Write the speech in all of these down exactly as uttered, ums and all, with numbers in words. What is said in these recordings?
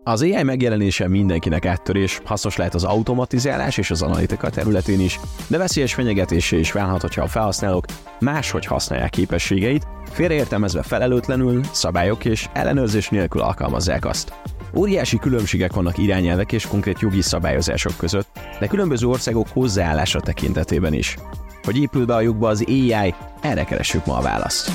Az á i megjelenése mindenkinek áttörés, hasznos lehet az automatizálás és az analitika területén is, de veszélyes fenyegetésé is válhat, hogyha a felhasználók máshogy használják képességeit, félreértelmezve felelőtlenül, szabályok és ellenőrzés nélkül alkalmazzák azt. Óriási különbségek vannak irányelvek és konkrét jogi szabályozások között, de különböző országok hozzáállása tekintetében is. Hogy épül be a jogba az á i, erre keressük ma a választ.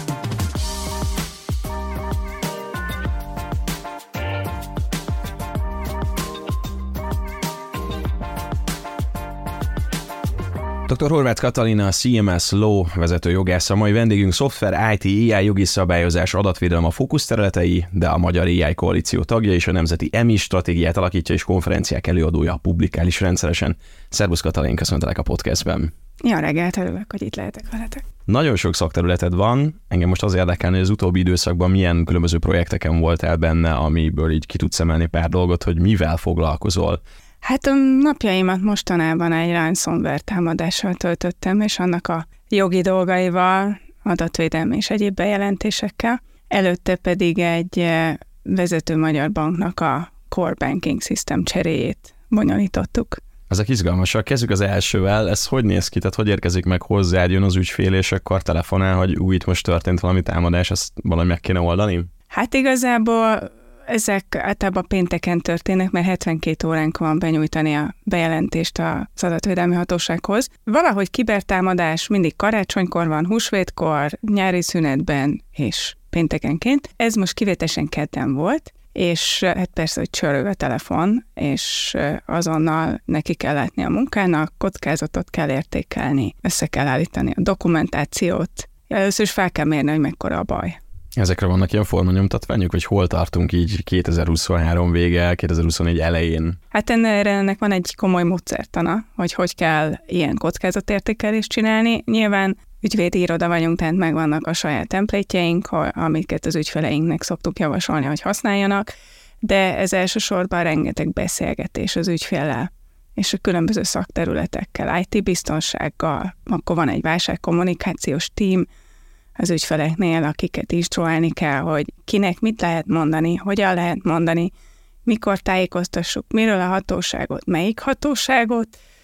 doktor Horváth Katalin, a cé em es Law vezető jogász, a mai vendégünk. Szoftver, i té, á i, jogi szabályozás, adatvédelem a fókuszterületei, de a Magyar á i Koalíció tagja és a Nemzeti em i stratégiát alakítja és konferenciák előadója, publikál is rendszeresen. Szervusz Katalin, köszöntelek a podcastben. Jó reggelt, örülök, hogy itt lehetek veletek. Nagyon sok szakterületed van, engem most az érdekelne, hogy az utóbbi időszakban milyen különböző projekteken voltál benne, amiből így ki tudsz emelni pár dolgot, hogy mivel foglalkozol. Hát a napjaimat mostanában egy ransomware támadással töltöttem, és annak a jogi dolgaival, adatvédelmi és egyéb bejelentésekkel. Előtte pedig egy vezető magyar banknak a core banking system cseréjét bonyolítottuk. Ezek izgalmasak. Kezdjük az elsővel. Ez hogy néz ki? Tehát hogy érkezik meg hozzád, jön az ügyfél, és akkor telefonál, hogy új, itt most történt valami támadás, ezt valami meg kéne oldani? Hát igazából ezek általában pénteken történnek, mert hetvenkét óránk van benyújtani a bejelentést az adatvédelmi hatósághoz. Valahogy kibertámadás mindig karácsonykor van, húsvétkor, nyári szünetben és péntekenként. Ez most kivételesen kedden volt, és hát persze, hogy csörög a telefon, és azonnal neki kell látni a munkának, kockázatot kell értékelni, össze kell állítani a dokumentációt. Először is fel kell mérni, hogy mekkora a baj. Ezekre vannak ilyen formanyomtatványok, vagy hol tartunk így kétezer-huszonhárom vége, kétezer-huszonnégy elején? Hát ennek van egy komoly módszertana, hogy hogy kell ilyen kockázatértékelést csinálni. Nyilván ügyvédi iroda vagyunk, tehát megvannak a saját templétjeink, amiket az ügyfeleinknek szoktuk javasolni, hogy használjanak, de ez elsősorban rengeteg beszélgetés az ügyféllel, és a különböző szakterületekkel, i té-biztonsággal, akkor van egy válságkommunikációs tím az ügyfeleknél, akiket instruálni kell, hogy kinek mit lehet mondani, hogyan lehet mondani, mikor tájékoztassuk, miről a hatóságot, melyik hatóságot,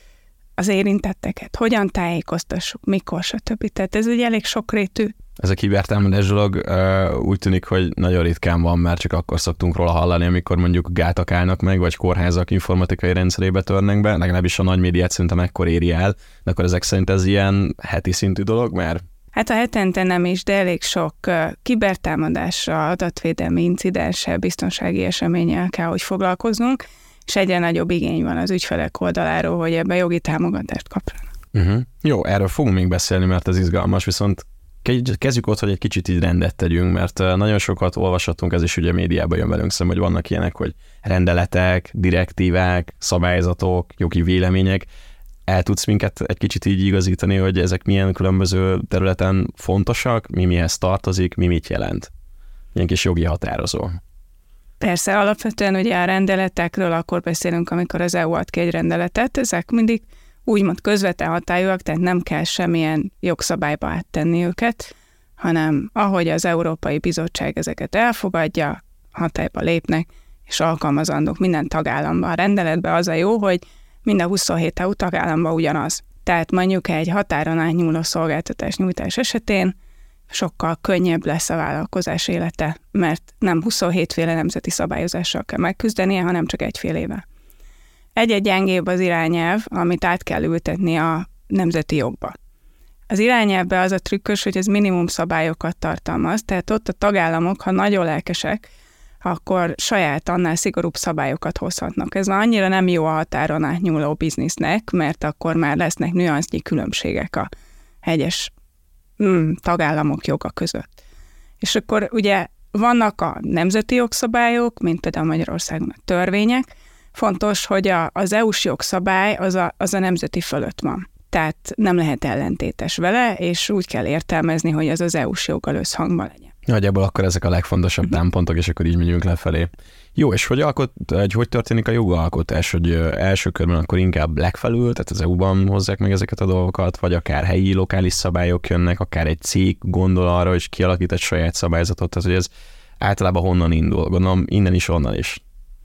az érintetteket, hogyan tájékoztassuk, mikor, stb. Tehát ez egy elég sokrétű. Ez a kibertámadás dolog úgy tűnik, hogy nagyon ritkán van, mert csak akkor szoktunk róla hallani, amikor mondjuk gátak állnak meg, vagy kórházak informatikai rendszerébe törnek be, legalábbis a nagy médiát szerintem ekkor éri el, de akkor ezek szerint ez ilyen heti szintű dolog már? Hát a hetente nem is, de elég sok kibertámadásra, adatvédelmi incidenssel, biztonsági eseménnyel kell, hogy foglalkoznunk, és egyre nagyobb igény van az ügyfelek oldaláról, hogy ebbe jogi támogatást kapjanak. Uh-huh. Jó, erről fogunk még beszélni, mert ez izgalmas, viszont kezdjük ott, hogy egy kicsit így rendet tegyünk, mert nagyon sokat olvashatunk, ez is ugye médiában jön velünk szemben, hogy vannak ilyenek, hogy rendeletek, direktívák, szabályzatok, jogi vélemények. El tudsz minket egy kicsit így igazítani, hogy ezek milyen különböző területen fontosak, mi mihez tartozik, mi mit jelent? Ilyen kis jogi határozó. Persze, alapvetően ugye a rendeletekről akkor beszélünk, amikor az é u ad ki egy rendeletet, ezek mindig úgymond közvetlen hatályúak, tehát nem kell semmilyen jogszabályba áttenni őket, hanem ahogy az Európai Bizottság ezeket elfogadja, hatályba lépnek, és alkalmazandók minden tagállamban. A rendeletben az a jó, hogy minden huszonhét é u tagállamban ugyanaz. Tehát mondjuk egy határon átnyúló szolgáltatás nyújtás esetén sokkal könnyebb lesz a vállalkozás élete, mert nem huszonhét féle nemzeti szabályozással kell megküzdenie, hanem csak egyfélével. Egy-egy gyengébb az irányelv, amit át kell ültetni a nemzeti jogba. Az irányelvben az a trükkös, hogy ez minimum szabályokat tartalmaz, tehát ott a tagállamok, ha nagyon lelkesek, akkor saját annál szigorúbb szabályokat hozhatnak. Ez már annyira nem jó a határon átnyúló biznisznek, mert akkor már lesznek nüansznyi különbségek a egyes mm, tagállamok joga között. És akkor ugye vannak a nemzeti jogszabályok, mint például Magyarországon a törvények. Fontos, hogy a, az é u-s jogszabály az a, az a nemzeti fölött van. Tehát nem lehet ellentétes vele, és úgy kell értelmezni, hogy ez az é u-s joggal összhangban legyen. Nagyjából akkor ezek a legfontosabb támpontok, és akkor így megyünk lefelé. Jó, és hogy, alkot, hogy, hogy történik a jogalkotás, hogy első körben akkor inkább legfelül, tehát az é u-ban hozzák meg ezeket a dolgokat, vagy akár helyi, lokális szabályok jönnek, akár egy cég gondol arra, hogy kialakít egy saját szabályzatot, tehát hogy ez általában honnan indul, gondolom innen is, onnan is.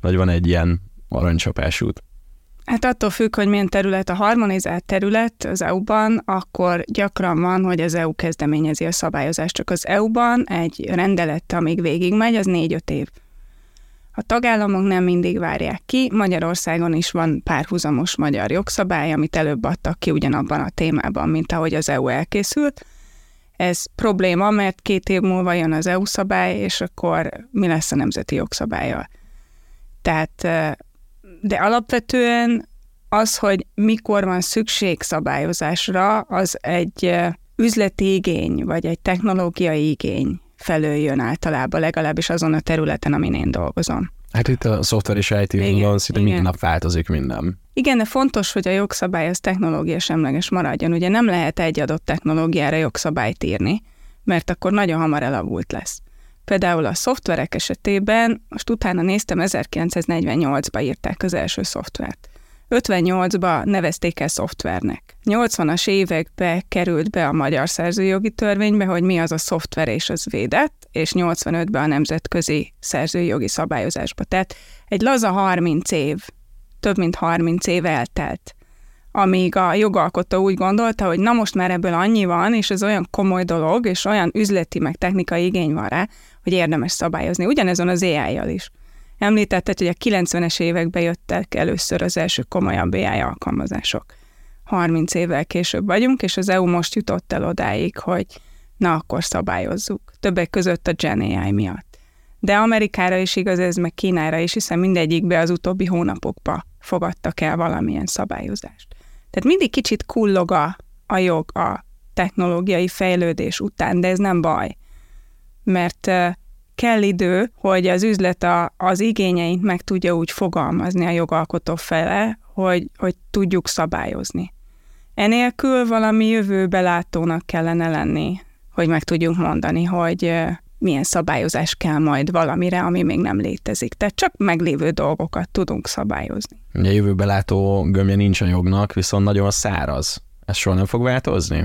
vagy van egy ilyen aranycsapásút? Hát attól függ, hogy milyen terület a harmonizált terület az é u-ban, akkor gyakran van, hogy az é u kezdeményezi a szabályozást, csak az é u-ban egy rendelet, amíg végigmegy, az négy-öt év. A tagállamok nem mindig várják ki, Magyarországon is van párhuzamos magyar jogszabály, amit előbb adtak ki ugyanabban a témában, mint ahogy az é u elkészült. Ez probléma, mert két év múlva jön az é u szabály, és akkor mi lesz a nemzeti jogszabállyal. Tehát, de alapvetően az, hogy mikor van szükség szabályozásra, az egy üzleti igény, vagy egy technológiai igény felől jön általában, legalábbis azon a területen, amin én dolgozom. Hát itt a szoftver és i té-ban szinte minden nap változik minden. Igen, de fontos, hogy a jogszabály az technológia semleges maradjon. Ugye nem lehet egy adott technológiára jogszabályt írni, mert akkor nagyon hamar elavult lesz. Például a szoftverek esetében, most utána néztem, ezerkilencszáznegyvennyolcban írták az első szoftvert. ötvennyolcban nevezték el szoftvernek. nyolcvanas években került be a magyar szerzőjogi törvénybe, hogy mi az a szoftver, és az védett, és nyolcvanötben a nemzetközi szerzőjogi szabályozásba. Tehát egy laza harminc év, több mint harminc év eltelt, amíg a jogalkotó úgy gondolta, hogy na most már ebből annyi van, és ez olyan komoly dolog, és olyan üzleti meg technikai igény van rá, hogy érdemes szabályozni. Ugyanezon az á í-jal is. Említetted, hogy a kilencvenes években jöttek először az első komolyabb á í alkalmazások. harminc évvel később vagyunk, és az é u most jutott el odáig, hogy na akkor szabályozzuk. Többek között a Gen á i miatt. De Amerikára is igaz ez, meg Kínára is, hiszen mindegyikbe az utóbbi hónapokban fogadtak el valamilyen szabályozást. Tehát mindig kicsit kullog a, a jog a technológiai fejlődés után, de ez nem baj. Mert kell idő, hogy az üzlet a, az igényeit meg tudja úgy fogalmazni a jogalkotó fele, hogy, hogy tudjuk szabályozni. Enélkül valami jövőbe látónak kellene lenni, hogy meg tudjuk mondani, hogy milyen szabályozás kell majd valamire, ami még nem létezik. Tehát csak meglévő dolgokat tudunk szabályozni. A jövőbe látó gömbje nincs a jognak, viszont nagyon száraz. Ez soha nem fog változni?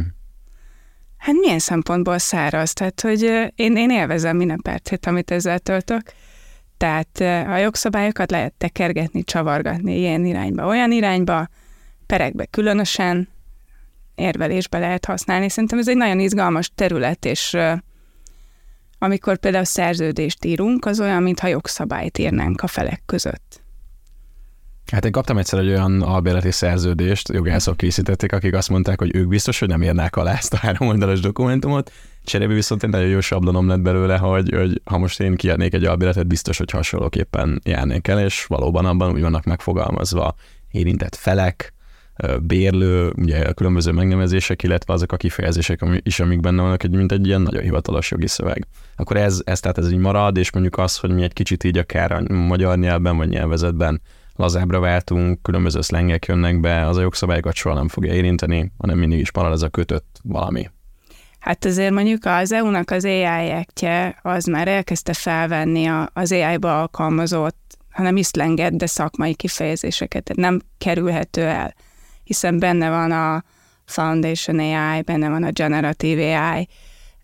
Hát milyen szempontból száraz? Tehát, hogy én, én élvezem minden percét, amit ezzel töltök. Tehát a jogszabályokat lehet tekergetni, csavargatni ilyen irányba, olyan irányba, perekbe különösen, érvelésbe lehet használni. Szerintem ez egy nagyon izgalmas terület, és amikor például szerződést írunk, az olyan, mintha jogszabályt írnánk a felek között. Hát én kaptam egyszer egy olyan albérleti szerződést, jogászok készítették, akik azt mondták, hogy ők biztos, hogy nem írnák alá ezt a három oldalas dokumentumot, cserébe viszont egy nagyon jó sablonom lett belőle, hogy, hogy ha most én kiadnék egy albérletet, biztos, hogy hasonlóképpen járnék el, és valóban abban úgy vannak megfogalmazva érintett felek, bérlő, ugye a különböző megnevezések, illetve azok a kifejezések is, amik benne vannak, egy, mint egy ilyen nagyon hivatalos jogi szöveg. Akkor ez, ez tehát ez így marad, és mondjuk az, hogy mi egy kicsit így akár a magyar nyelvben vagy nyelvezetben lazábbra váltunk, különböző szlengek jönnek be, az a jogszabályokat soha nem fogja érinteni, hanem mindig is marad ez a kötött valami. Hát azért mondjuk az é u-nak az á i Act-je az már elkezdte felvenni az á i-ba alkalmazott, hanem is szlenget, de szakmai kifejezéseket, tehát nem kerülhető el, hiszen benne van a Foundation á i, benne van a Generative á i,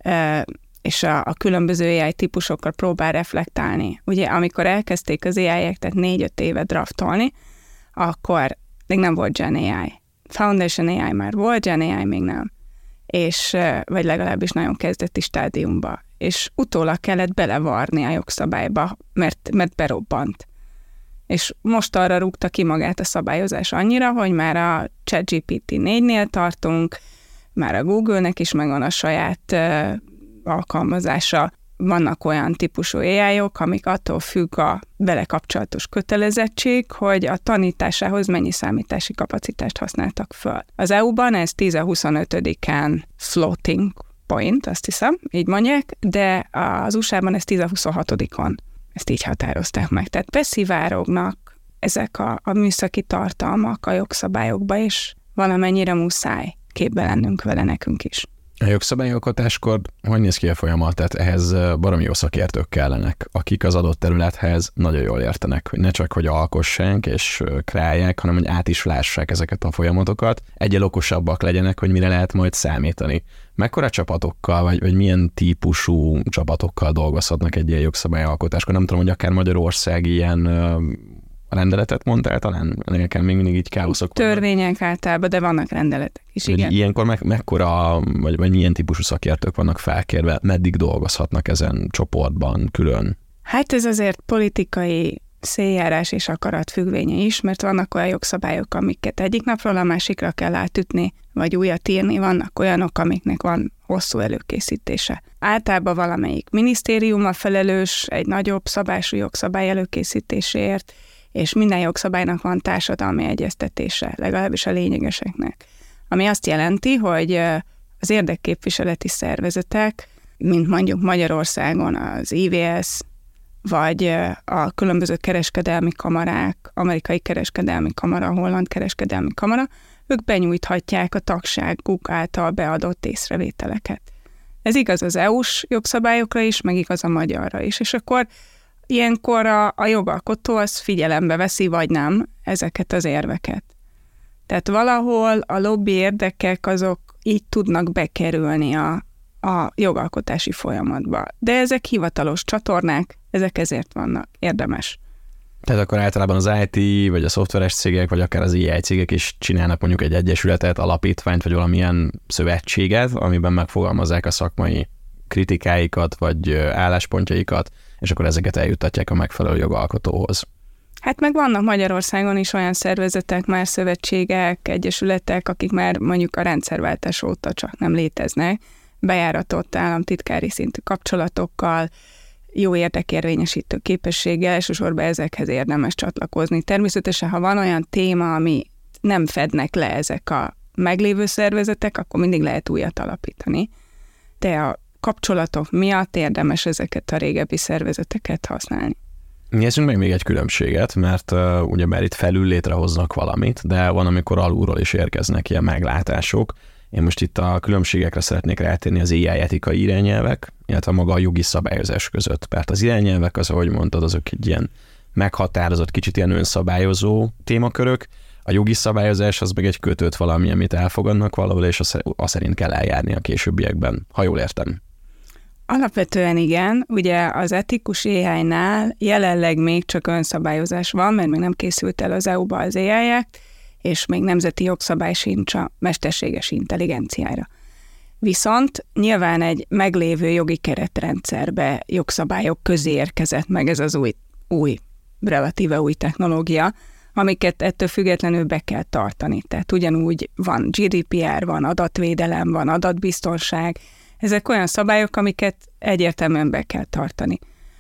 és a, a különböző á i típusokkal próbál reflektálni. Ugye, amikor elkezdték az á i Act-et négy-öt éve draftolni, akkor még nem volt Gen á i. Foundation á i már volt, Gen á i még nem. És, vagy legalábbis nagyon kezdeti stádiumban. És utólag kellett belevarni a jogszabályba, mert, mert berobbant. És most arra rúgta ki magát a szabályozás annyira, hogy már a ChatGPT négynél tartunk, már a Google-nek is megvan a saját uh, alkalmazása. Vannak olyan típusú á i-ok, amik attól függ a vele kapcsolatos kötelezettség, hogy a tanításához mennyi számítási kapacitást használtak föl. Az é u-ban ez tíz huszonötödikén floating point, azt hiszem, így mondják, de az u es á-ban ez tíz huszonhatodikon. Ezt így határozták meg. Tehát beszivárognak ezek a, a műszaki tartalmak a jogszabályokba, és valamennyire muszáj képbe lennünk vele nekünk is. A jogszabályalkotáskor hogy néz ki a folyamat? Tehát ehhez baromi jó szakértők kellenek, akik az adott területhez nagyon jól értenek, hogy ne csak, hogy alkossák és kreálják, hanem hogy át is lássák ezeket a folyamatokat, egyel okosabbak legyenek, hogy mire lehet majd számítani. Mekkora csapatokkal, vagy, vagy milyen típusú csapatokkal dolgozhatnak egy ilyen jogszabályalkotáskor? Nem tudom, hogy akár Magyarország ilyen rendeletet mondtál talán? Nekem még mindig így káoszok vannak. Törvények általában, de vannak rendeletek is, igen. igen. Ilyenkor me- mekkora, vagy, vagy milyen típusú szakértők vannak felkérve, meddig dolgozhatnak ezen csoportban külön? Hát ez azért politikai széljárás és akarat függvénye is, mert vannak olyan jogszabályok, amiket egyik napról a másikra kell átütni, vagy újat írni, vannak olyanok, amiknek van hosszú előkészítése. Általában valamelyik minisztérium a felelős egy nagyobb szabású jogszabály előkészítéséért, és minden jogszabálynak van társadalmi egyeztetése, legalábbis a lényegeseknek. Ami azt jelenti, hogy az érdekképviseleti szervezetek, mint mondjuk Magyarországon az I V S, vagy a különböző kereskedelmi kamarák, amerikai kereskedelmi kamara, holland kereskedelmi kamara, ők benyújthatják a tagságuk által beadott észrevételeket. Ez igaz az é u-s jogszabályokra is, meg igaz a magyarra is, és akkor ilyenkor a, a jogalkotó az figyelembe veszi, vagy nem ezeket az érveket. Tehát valahol a lobby érdekek azok így tudnak bekerülni a, a jogalkotási folyamatba. De ezek hivatalos csatornák, ezek ezért vannak. Érdemes. Tehát akkor általában az I T, vagy a szoftveres cégek, vagy akár az I I cégek is csinálnak mondjuk egy egyesületet, alapítványt, vagy valamilyen szövetséget, amiben megfogalmazzák a szakmai kritikáikat, vagy álláspontjaikat, és akkor ezeket eljuttatják a megfelelő jogalkotóhoz. Hát meg vannak Magyarországon is olyan szervezetek, már szövetségek, egyesületek, akik már mondjuk a rendszerváltás óta csak nem léteznek, bejáratott államtitkári szintű kapcsolatokkal, jó érdekérvényesítő képességgel, elsősorban ezekhez érdemes csatlakozni. Természetesen, ha van olyan téma, ami nem fednek le ezek a meglévő szervezetek, akkor mindig lehet újat alapítani. De a kapcsolatok miatt érdemes ezeket a régebbi szervezeteket használni. Nézzünk meg még egy különbséget, mert uh, ugyebár itt felül létrehoznak valamit, de van, amikor alulról is érkeznek ilyen meglátások. Én most itt a különbségekre szeretnék rátérni az A I etikai irányelvek, illetve maga a jogi szabályozás között. Mert az irányelvek, az, ahogy mondtad, azok egy ilyen meghatározott, kicsit ilyen önszabályozó témakörök. A jogi szabályozás az meg egy kötött valami, amit elfogadnak valahol, és az szerint kell eljárni a későbbiekben, ha jól értem. Alapvetően igen, ugye az etikus á i-nál jelenleg még csak önszabályozás van, mert még nem készült el az é u-ba az á i-ek, és még nemzeti jogszabály sincs a mesterséges intelligenciára. Viszont nyilván egy meglévő jogi keretrendszerbe jogszabályok közé érkezett meg ez az új, új, relatíve új technológia, amiket ettől függetlenül be kell tartani. Tehát ugyanúgy van G D P R, van adatvédelem, van adatbiztonság, ezek olyan szabályok, amiket egyértelműen be kell tartani.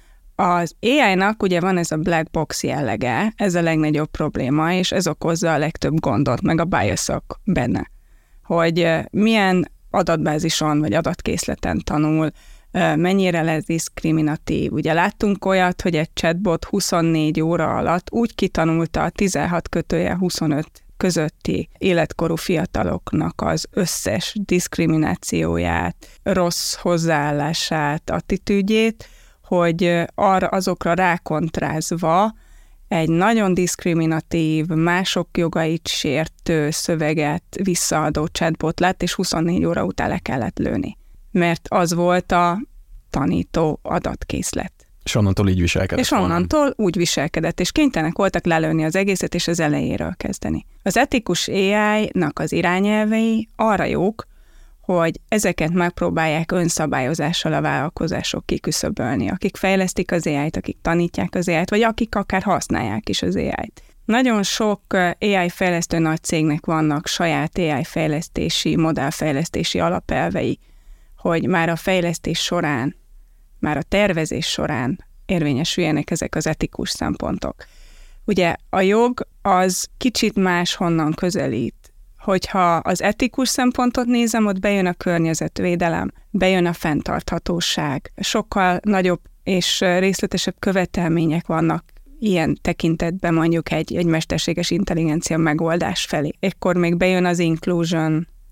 Az á i-nak ugye van ez a black box jellege, ez a legnagyobb probléma, és ez okozza a legtöbb gondot, meg a biasok benne. Hogy milyen adatbázison vagy adatkészleten tanul, mennyire lesz diszkriminatív. Ugye láttunk olyat, hogy egy chatbot huszonnégy óra alatt úgy kitanulta a tizenhat kötője huszonöt közötti életkorú fiataloknak az összes diszkriminációját, rossz hozzáállását, attitűdjét, hogy arra azokra rákontrázva egy nagyon diszkriminatív, mások jogait sértő szöveget visszaadó chatbot lett, és huszonnégy óra után le kellett lőni. Mert az volt a tanító adatkészlet. És onnantól így viselkedett. És onnantól volna. úgy viselkedett, és kénytelenek voltak lelőni az egészet, és az elejéről kezdeni. Az etikus á i-nak az irányelvei arra jók, hogy ezeket megpróbálják önszabályozással a vállalkozások kiküszöbölni, akik fejlesztik az á i-t, akik tanítják az á i-t, vagy akik akár használják is az á i-t. Nagyon sok á i fejlesztő nagy cégnek vannak saját á i fejlesztési, modellfejlesztési alapelvei, hogy már a fejlesztés során, már a tervezés során érvényesüljenek ezek az etikus szempontok. Ugye a jog az kicsit máshonnan közelít. Hogyha az etikus szempontot nézem, ott bejön a környezetvédelem, bejön a fenntarthatóság, sokkal nagyobb és részletesebb követelmények vannak ilyen tekintetben mondjuk egy, egy mesterséges intelligencia megoldás felé. Ekkor még bejön az inclusion,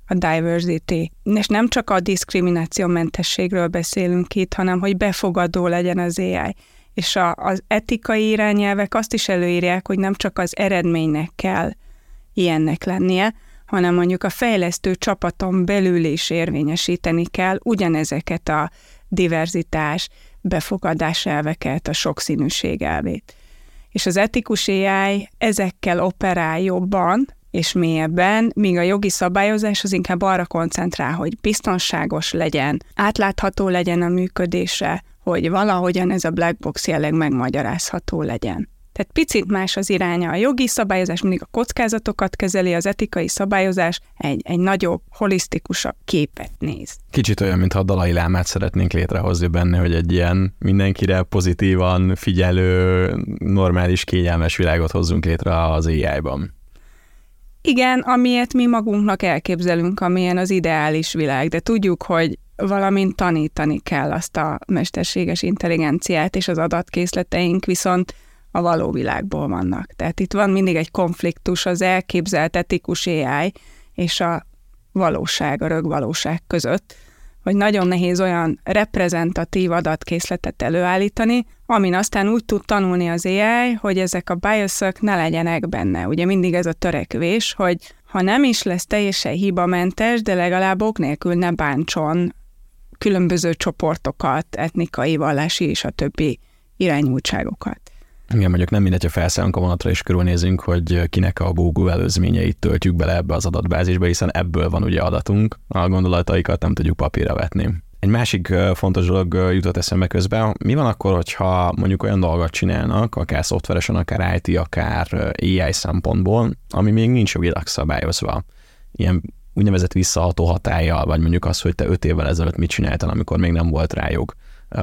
a diversity. És nem csak a diszkriminációmentességről beszélünk itt, hanem hogy befogadó legyen az á i. És a, az etikai irányelvek azt is előírják, hogy nem csak az eredménynek kell ilyennek lennie, hanem mondjuk a fejlesztő csapaton belül is érvényesíteni kell ugyanezeket a diverzitás, befogadás elveket, a sokszínűség elvét. És az etikus á i ezekkel operál jobban és mélyebben, míg a jogi szabályozás az inkább arra koncentrál, hogy biztonságos legyen, átlátható legyen a működése, hogy valahogyan ez a black box jelleg megmagyarázható legyen. Tehát picit más az iránya. A jogi szabályozás mindig a kockázatokat kezeli, az etikai szabályozás egy, egy nagyobb, holisztikusabb képet néz. Kicsit olyan, mintha a Dalai Lámát szeretnénk létrehozni benne, hogy egy ilyen mindenkire pozitívan figyelő, normális, kényelmes világot hozzunk létre az á i-ban. Igen, amilyet mi magunknak elképzelünk, amilyen az ideális világ, de tudjuk, hogy valamint tanítani kell azt a mesterséges intelligenciát, és az adatkészleteink viszont a való világból vannak. Tehát itt van mindig egy konfliktus az elképzelt etikus á i és a valóság, a rögvalóság között, hogy nagyon nehéz olyan reprezentatív adatkészletet előállítani, amin aztán úgy tud tanulni az á i, hogy ezek a biasok ne legyenek benne. Ugye mindig ez a törekvés, hogy ha nem is lesz teljesen hibamentes, de legalább ok nélkül ne bántson különböző csoportokat, etnikai, vallási és a többi irányultságokat. Igen, mondjuk nem mindegy, ha felszállunk a vonatra és körülnézünk, hogy kinek a Google előzményeit töltjük bele ebbe az adatbázisba, hiszen ebből van ugye adatunk, a gondolataikat nem tudjuk papírra vetni. Egy másik fontos dolog jutott eszembe közben, mi van akkor, hogyha mondjuk olyan dolgot csinálnak, akár szoftveresen, akár i té, akár á i szempontból, ami még nincs jogilag szabályozva. Ilyen úgynevezett visszaható hatállyal, vagy mondjuk az, hogy te öt évvel ezelőtt mit csináltál, amikor még nem volt rá jog.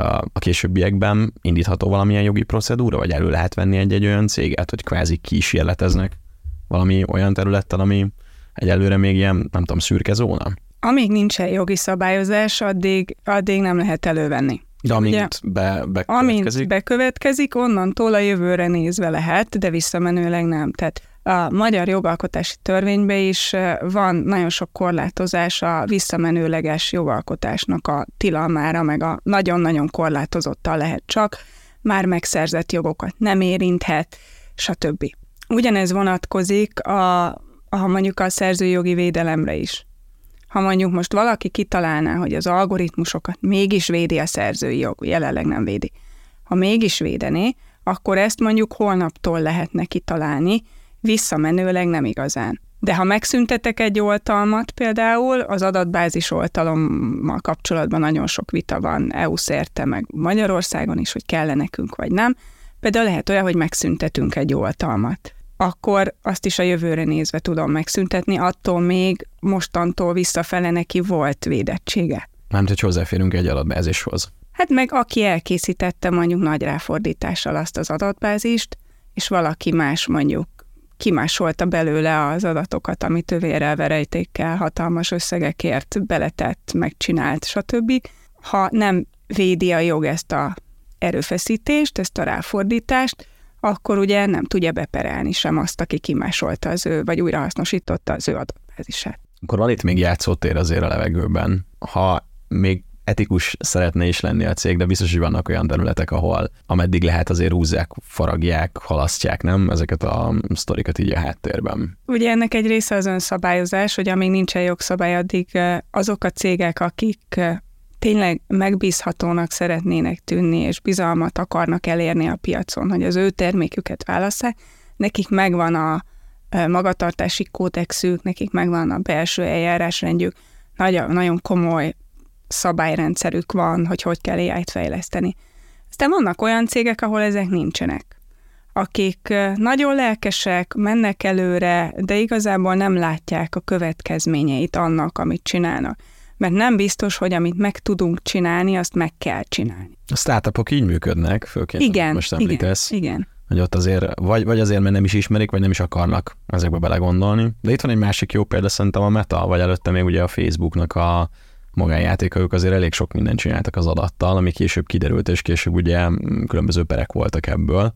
A későbbiekben indítható valamilyen jogi procedúra, vagy elő lehet venni egy-egy olyan céget, hogy kvázi kísérleteznek valami olyan területtel, ami egyelőre még ilyen, nem tudom, szürke zóna? Amíg nincsen jogi szabályozás, addig, addig nem lehet elővenni. De amint be, bekövetkezik? Amint bekövetkezik, onnantól a jövőre nézve lehet, de visszamenőleg nem. Tehát a magyar jogalkotási törvényben is van nagyon sok korlátozás a visszamenőleges jogalkotásnak a tilalmára, meg a nagyon-nagyon korlátozottan lehet csak, már megszerzett jogokat nem érinthet, stb. Ugyanez vonatkozik a, a mondjuk a szerzőjogi védelemre is. Ha mondjuk most valaki kitalálná, hogy az algoritmusokat mégis védi a szerzői jog, jelenleg nem védi. Ha mégis védené, akkor ezt mondjuk holnaptól lehetne kitalálni, visszamenőleg nem igazán. De ha megszüntetek egy oltalmat például, az adatbázis oltalommal kapcsolatban nagyon sok vita van é u szerte, meg Magyarországon is, hogy kell-e nekünk vagy nem. Például lehet olyan, hogy megszüntetünk egy oltalmat. Akkor azt is a jövőre nézve tudom megszüntetni, attól még mostantól visszafele neki volt védettsége. Nem, hogy hozzáférünk egy adatbázishoz. Hát meg aki elkészítette mondjuk nagy ráfordítással azt az adatbázist, és valaki más mondjuk kimásolta belőle az adatokat, amit ő vérrel-verejtékkel, hatalmas összegekért beletett, megcsinált, stb. Ha nem védi a jog ezt a erőfeszítést, ezt a ráfordítást, akkor ugye nem tudja beperelni sem azt, aki kimásolta az ő, vagy újrahasznosította az ő adatbázisát. Akkor van itt még játszótér azért a levegőben. Ha még etikus szeretne is lenni a cég, de biztos, hogy vannak olyan területek, ahol ameddig lehet azért húzzák, faragják, halasztják, nem? Ezeket a sztorikat így a háttérben. Ugye ennek egy része az önszabályozás, hogy amíg nincsen jogszabály, addig azok a cégek, akik tényleg megbízhatónak szeretnének tűnni, és bizalmat akarnak elérni a piacon, hogy az ő terméküket válasszák, nekik megvan a magatartási kódexük, nekik megvan a belső eljárásrendjük, nagyon, nagyon komoly szabályrendszerük van, hogy hogy kell á i-t fejleszteni. Aztán vannak olyan cégek, ahol ezek nincsenek, akik nagyon lelkesek, mennek előre, de igazából nem látják a következményeit annak, amit csinálnak. Mert nem biztos, hogy amit meg tudunk csinálni, azt meg kell csinálni. A startupok így működnek, főként igen, most említesz. Igen, igen. Hogy ott azért, vagy, vagy azért, mert nem is ismerik, vagy nem is akarnak ezekbe belegondolni. De itt van egy másik jó példa, szerintem a Meta, vagy előtte még ugye a Facebooknak a magánjátékaik azért elég sok mindent csináltak az adattal, ami később kiderült, és később ugye különböző perek voltak ebből.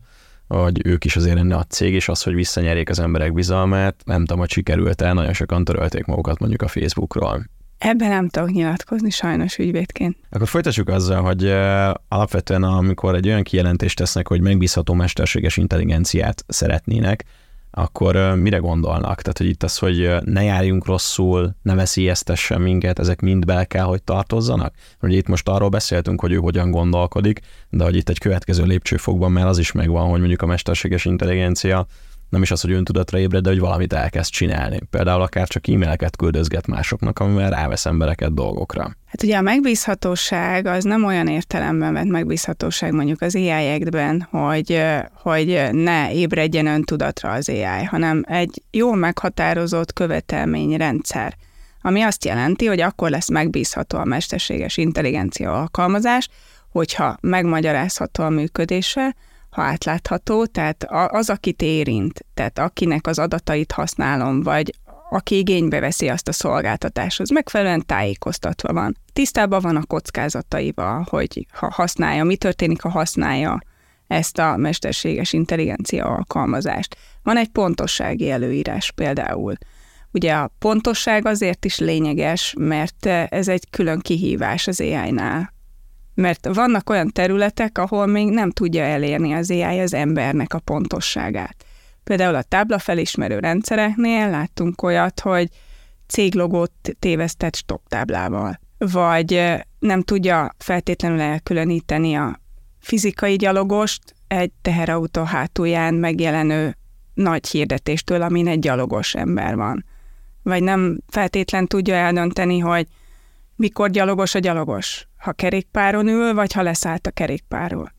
hogy ők is azért lenne a cég, és az, hogy visszanyerjék az emberek bizalmát, nem tudom, hogy sikerült-e, nagyon sokan törölték magukat mondjuk a Facebookról. Ebben nem tudok nyilatkozni sajnos ügyvédként. Akkor folytassuk azzal, hogy uh, alapvetően amikor egy olyan kijelentést tesznek, hogy megbízható mesterséges intelligenciát szeretnének, akkor uh, mire gondolnak? Tehát, hogy itt az, hogy uh, ne járjunk rosszul, ne veszélyeztessen minket, ezek mind bele kell, hogy tartozzanak? Ugye itt most arról beszéltünk, hogy ő hogyan gondolkodik, de hogy itt egy következő lépcsőfokban már az is megvan, hogy mondjuk a mesterséges intelligencia nem is az, hogy öntudatra ébred, de hogy valamit elkezd csinálni. Például akár csak e-maileket küldözget másoknak, amivel rávesz embereket dolgokra. Hát ugye a megbízhatóság az nem olyan értelemben vett megbízhatóság mondjuk az á i Act-ben, hogy, hogy ne ébredjen öntudatra az á i, hanem egy jól meghatározott követelményrendszer, ami azt jelenti, hogy akkor lesz megbízható a mesterséges intelligencia alkalmazás, hogyha megmagyarázható a működése, ha átlátható, tehát az, akit érint, tehát akinek az adatait használom, vagy aki igénybe veszi azt a szolgáltatáshoz, megfelelően tájékoztatva van. Tisztában van a kockázataival, hogy ha használja, mi történik, ha használja ezt a mesterséges intelligencia alkalmazást. Van egy pontossági előírás például. Ugye a pontosság azért is lényeges, mert ez egy külön kihívás az á i-nál. Mert vannak olyan területek, ahol még nem tudja elérni az á i az embernek a pontosságát. Például a táblafelismerő rendszereknél láttunk olyat, hogy céglogót tévesztett stop táblával, vagy nem tudja feltétlenül elkülöníteni a fizikai gyalogost egy teherautó hátulján megjelenő nagy hirdetéstől, amin egy gyalogos ember van. Vagy nem feltétlen tudja eldönteni, hogy mikor gyalogos a gyalogos, ha kerékpáron ül, vagy ha leszállt a kerékpárról.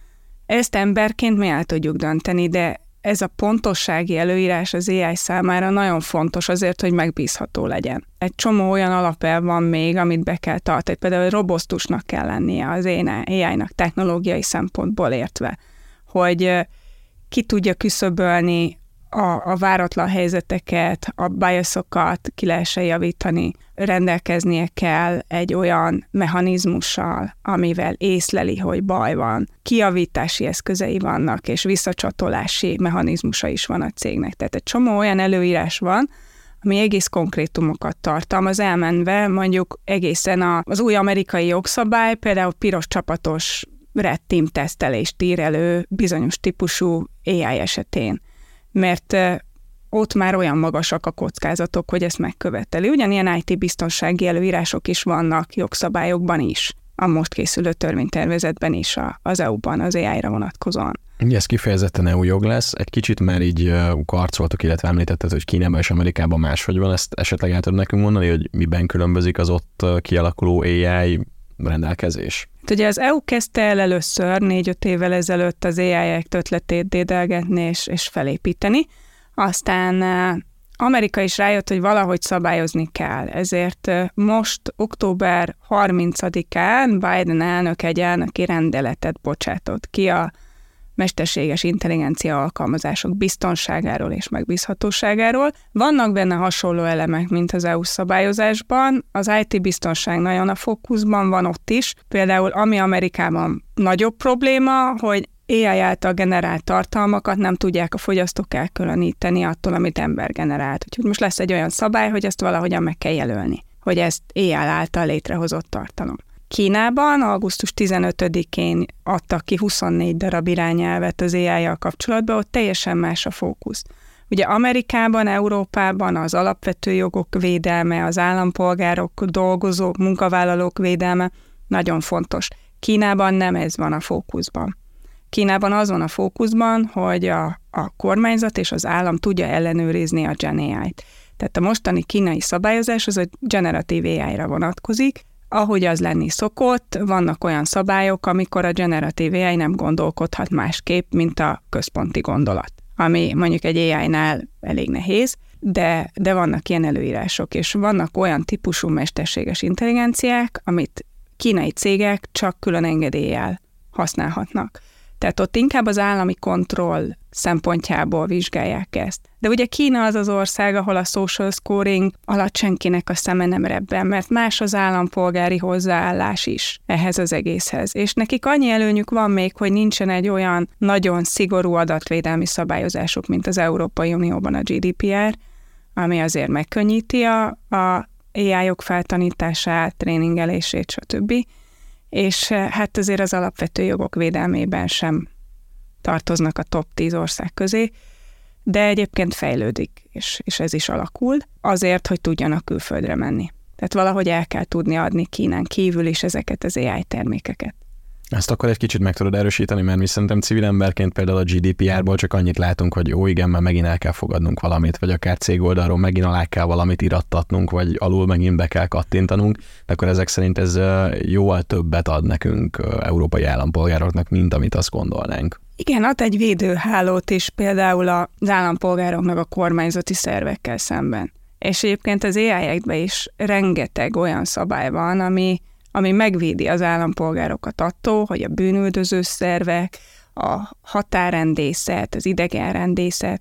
Ezt emberként mi el tudjuk dönteni, de ez a pontossági előírás az á i számára nagyon fontos azért, hogy megbízható legyen. Egy csomó olyan alapelv van még, amit be kell tartani. Például robosztusnak kell lennie az á i-nak technológiai szempontból értve, hogy ki tudja küszöbölni a, a váratlan helyzeteket, a biasokat ki lehessen javítani, rendelkeznie kell egy olyan mechanizmussal, amivel észleli, hogy baj van. Kijavítási eszközei vannak, és visszacsatolási mechanizmusa is van a cégnek. Tehát egy csomó olyan előírás van, ami egész konkrétumokat tartalmaz, elmenve mondjuk egészen az új amerikai jogszabály, például piros csapatos red team tesztelést ír elő bizonyos típusú á i esetén. Mert ott már olyan magasak a kockázatok, hogy ezt megköveteli. Ugyanilyen i té biztonsági előírások is vannak jogszabályokban is, a most készülő törvénytervezetben is az é u-ban az á i-ra vonatkozóan. Ugye ez kifejezetten é u jog lesz, egy kicsit már így karcoltuk, illetve említetted, hogy Kínában és Amerikában máshogy van, ezt esetleg el tudod nekünk mondani, hogy miben különbözik az ott kialakuló á i rendelkezés? Ugye az é u kezdte el először négy-öt évvel ezelőtt az á i Act ötletét dédelgetni és, és felépíteni, aztán Amerika is rájött, hogy valahogy szabályozni kell, ezért most október harmincadikán Biden elnök egy elnöki rendeletet bocsátott ki a mesterséges intelligencia alkalmazások biztonságáról és megbízhatóságáról. Vannak benne hasonló elemek, mint az é u szabályozásban. Az i té biztonság nagyon a fókuszban van ott is. Például ami Amerikában nagyobb probléma, hogy á i által generált tartalmakat nem tudják a fogyasztók elkülöníteni attól, amit ember generált. Úgyhogy most lesz egy olyan szabály, hogy ezt valahogyan meg kell jelölni, hogy ezt á i által létrehozott tartalom. Kínában augusztus tizenötödikén adtak ki huszonnégy darab irányelvet az á i-jal kapcsolatban, ott teljesen más a fókusz. Ugye Amerikában, Európában az alapvető jogok védelme, az állampolgárok, dolgozók, munkavállalók védelme nagyon fontos. Kínában nem ez van a fókuszban. Kínában az van a fókuszban, hogy a, a kormányzat és az állam tudja ellenőrizni a Gen á i-t. Tehát a mostani kínai szabályozás az a generatív á i-ra vonatkozik. Ahogy az lenni szokott, vannak olyan szabályok, amikor a generatív á i nem gondolkodhat másképp, mint a központi gondolat, ami mondjuk egy á i-nál elég nehéz, de, de vannak ilyen előírások, és vannak olyan típusú mesterséges intelligenciák, amit kínai cégek csak külön engedéllyel használhatnak. Tehát ott inkább az állami kontroll szempontjából vizsgálják ezt. De ugye Kína az az ország, ahol a social scoring alatt senkinek a szeme nem rebben, mert más az állampolgári hozzáállás is ehhez az egészhez. És nekik annyi előnyük van még, hogy nincsen egy olyan nagyon szigorú adatvédelmi szabályozásuk, mint az Európai Unióban a gé dé pé er, ami azért megkönnyíti a, a á i-ok feltanítását, tréningelését, stb. És hát azért az alapvető jogok védelmében sem tartoznak a top tíz ország közé, de egyébként fejlődik, és, és ez is alakul, azért, hogy tudjanak külföldre menni. Tehát valahogy el kell tudni adni Kínán kívül is ezeket az á i termékeket. Ezt akkor egy kicsit meg tudod erősíteni, mert mi szerintem civil emberként például a gé dé pé er-ból csak annyit látunk, hogy jó, igen, már megint el kell fogadnunk valamit, vagy akár cég oldalról megint alá kell valamit irattatnunk, vagy alul megint be kell kattintanunk, de akkor ezek szerint ez jóval többet ad nekünk, európai állampolgároknak, mint amit azt gondolnánk. Igen, ad egy védőhálót is például az állampolgároknak a kormányzati szervekkel szemben. És egyébként az á i-ekben is rengeteg olyan szabály van, ami ami megvédi az állampolgárokat attól, hogy a bűnüldöző szervek, a határrendészet, az idegenrendészet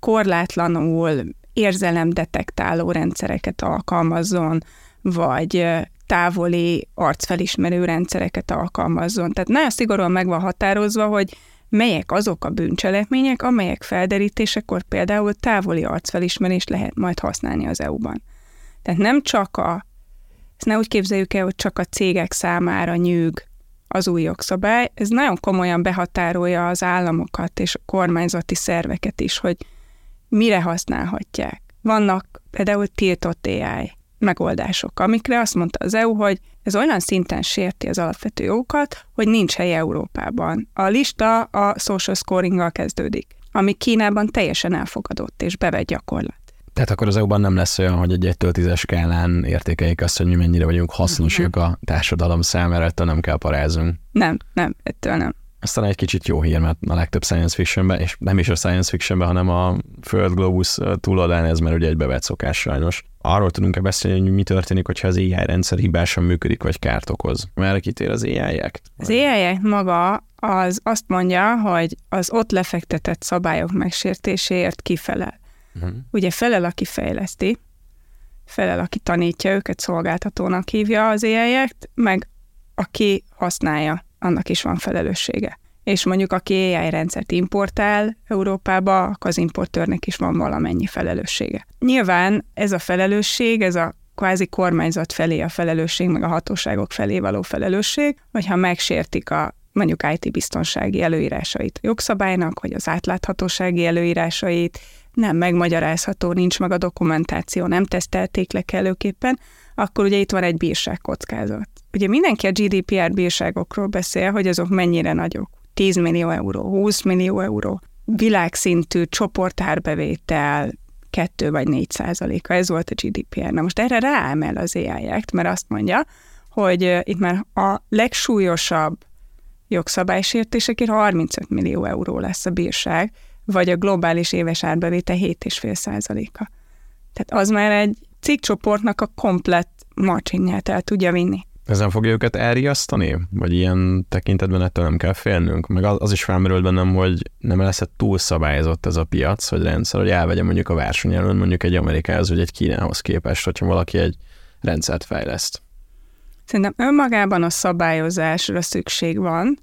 korlátlanul érzelemdetektáló rendszereket alkalmazzon, vagy távoli arcfelismerő rendszereket alkalmazzon. Tehát nagyon szigorúan meg van határozva, hogy melyek azok a bűncselekmények, amelyek felderítésekor például távoli arcfelismerést lehet majd használni az é u-ban. Tehát nem csak a Ezt ne úgy képzeljük el, hogy csak a cégek számára nyűg az új jogszabály. Ez nagyon komolyan behatárolja az államokat és a kormányzati szerveket is, hogy mire használhatják. Vannak például tiltott á i megoldások, amikre azt mondta az é u, hogy ez olyan szinten sérti az alapvető jogokat, hogy nincs helye Európában. A lista a social scoringgal kezdődik, ami Kínában teljesen elfogadott és bevett gyakorlat. Tehát akkor az é u-ban nem lesz olyan, hogy egy egytől tízes skálán értékeljék azt, hogy mi mennyire vagyunk hasznosak a társadalom számára, ettől nem kell parázunk. Nem, nem, ettől nem. Aztán egy kicsit jó hír, mert a legtöbb science fictionben, és nem is a science fictionben, hanem a Föld Globus túloldalán ez már ugye egy bevett szokás sajnos. Arról tudunk-e beszélni, hogy mi történik, hogyha az á i rendszer hibásan működik, vagy kárt okoz? Merre kitér az á i-Act? Az á i maga az azt mondja, hogy az ott lefektetett szabályok megsértéséért kifelel. Uh-huh. Ugye felel, aki fejleszti, felel, aki tanítja, őket szolgáltatónak hívja az á i-Act, meg aki használja, annak is van felelőssége. És mondjuk aki á i rendszert importál Európába, akkor az importőrnek is van valamennyi felelőssége. Nyilván ez a felelősség, ez a kvázi kormányzat felé a felelősség, meg a hatóságok felé való felelősség, hogyha megsértik a mondjuk í té-biztonsági előírásait a jogszabálynak, vagy az átláthatósági előírásait, nem megmagyarázható, nincs meg a dokumentáció, nem tesztelték le kellőképpen, akkor ugye itt van egy bírságkockázat. Ugye mindenki a gé dé pé er bírságokról beszél, hogy azok mennyire nagyok. tíz millió euró, húsz millió euró, világszintű csoportárbevétel, kettő vagy négy százaléka, ez volt a gé dé pé er. Na most erre ráemel az á i-Act, mert azt mondja, hogy itt már a legsúlyosabb jogszabálysértésekért harmincöt millió euró lesz a bírság, vagy a globális éves árbevétel hét egész öt százaléka. Tehát az már egy cikkcsoportnak a komplett marginját el tudja vinni. Ezen fogja őket elriasztani? Vagy ilyen tekintetben ettől nem kell félnünk? Meg az is felmerült bennem, hogy nem lesz túl szabályozott ez a piac, vagy rendszer, hogy elvegye mondjuk a versenyelőn mondjuk egy Amerikához, vagy egy Kínához képest, hogyha valaki egy rendszert fejleszt. Szerintem önmagában a szabályozásra szükség van,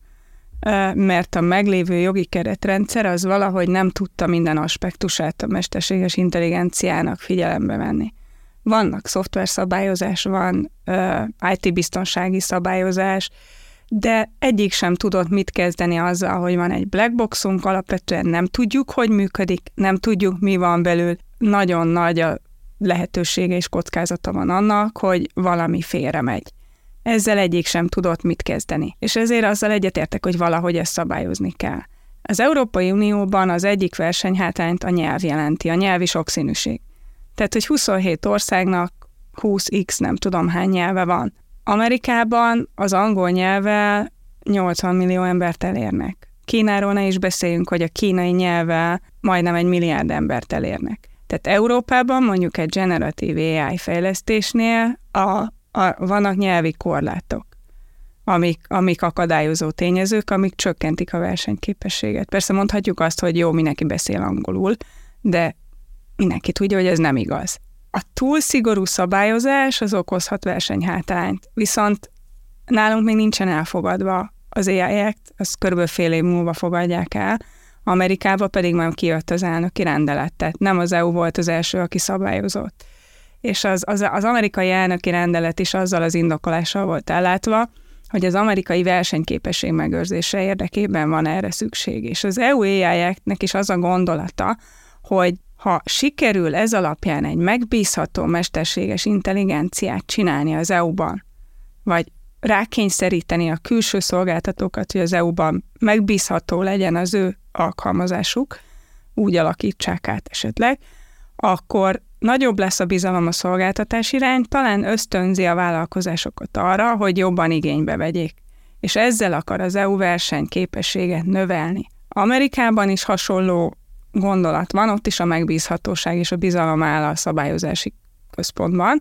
mert a meglévő jogi keretrendszer az valahogy nem tudta minden aspektusát a mesterséges intelligenciának figyelembe venni. Vannak szoftverszabályozás, van í té-biztonsági szabályozás, de egyik sem tudott mit kezdeni azzal, hogy van egy black boxunk, alapvetően nem tudjuk, hogy működik, nem tudjuk, mi van belül. Nagyon nagy a lehetősége és kockázata van annak, hogy valami félre megy. Ezzel egyik sem tudott mit kezdeni. És ezért azzal egyetértek, hogy valahogy ezt szabályozni kell. Az Európai Unióban az egyik versenyhátrányt a nyelv jelenti, a nyelvi sokszínűség. Tehát, hogy huszonhét országnak húsz x nem tudom hány nyelve van. Amerikában az angol nyelvvel nyolcvan millió embert elérnek. Kínáról ne is beszéljünk, hogy a kínai nyelvvel majdnem egy milliárd embert elérnek. Tehát Európában mondjuk egy generatív á i fejlesztésnél a A, vannak nyelvi korlátok. amik, amik akadályozó tényezők, amik csökkentik a versenyképességet. Persze mondhatjuk azt, hogy jó, mindenki beszél angolul, de mindenki tudja, hogy ez nem igaz. A túl szigorú szabályozás az okozhat versenyhátrányt, viszont nálunk még nincsen elfogadva az á i Act, azt körülbelül fél év múlva fogadják el, Amerikában pedig már kijött az elnöki rendelet, tehát nem az é u volt az első, aki szabályozott. És az, az, az amerikai elnöki rendelet is azzal az indokolással volt ellátva, hogy az amerikai versenyképesség megőrzése érdekében van erre szükség. És az é u á i Act-nek is az a gondolata, hogy ha sikerül ez alapján egy megbízható mesterséges intelligenciát csinálni az é u-ban, vagy rákényszeríteni a külső szolgáltatókat, hogy az é u-ban megbízható legyen az ő alkalmazásuk, úgy alakítsák át esetleg, akkor nagyobb lesz a bizalom a szolgáltatás irány, talán ösztönzi a vállalkozásokat arra, hogy jobban igénybe vegyék. És ezzel akar az é u versenyképességet növelni. Amerikában is hasonló gondolat van, ott is a megbízhatóság és a bizalom áll a szabályozási központban.